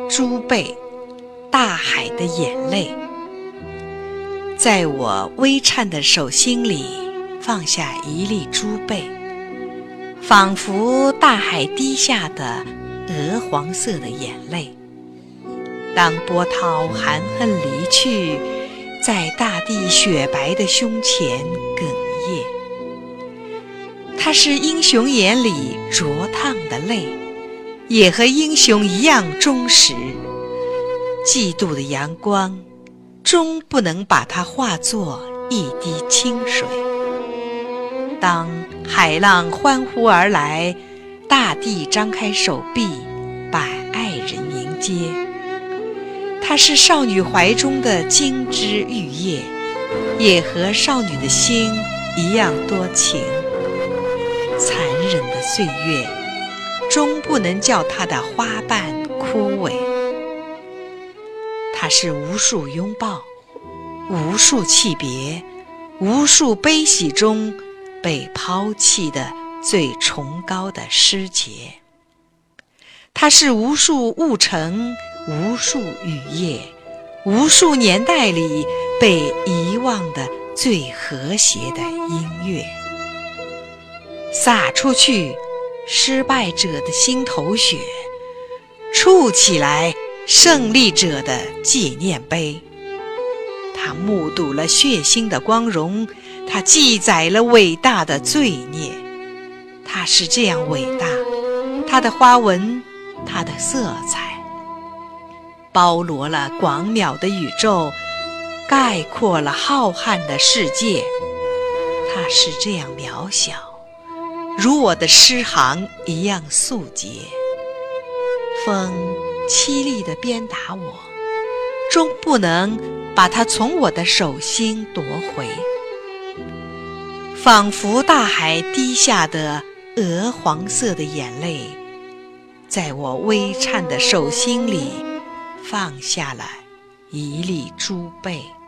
珠贝，大海的眼泪，在我微颤的手心里放下一粒珠贝，仿佛大海滴下的鹅黄色的眼泪。当波涛含恨离去，在大地雪白的胸前哽咽，它是英雄眼里灼烫的泪，也和英雄一样忠实。嫉妒的阳光终不能把它化作一滴清水。当海浪欢呼而来，大地张开手臂把爱人迎接，它是少女怀中的金枝玉叶，也和少女的心一样多情。残忍的岁月终不能叫它的花瓣枯萎。它是无数拥抱，无数泣别，无数悲喜中被抛弃的最崇高的诗节。它是无数雾城，无数雨夜，无数年代里被遗忘的最和谐的音乐。洒出去失败者的心头血，触起来胜利者的纪念碑。他目睹了血腥的光荣，他记载了伟大的罪孽。他是这样伟大，他的花纹，他的色彩包罗了广渺的宇宙，概括了浩瀚的世界。他是这样渺小，如我的诗行一样素洁。风凄厉地鞭打我，终不能把它从我的手心夺回。仿佛大海滴下的鹅黄色的眼泪，在我微颤的手心里放下了一粒珠贝。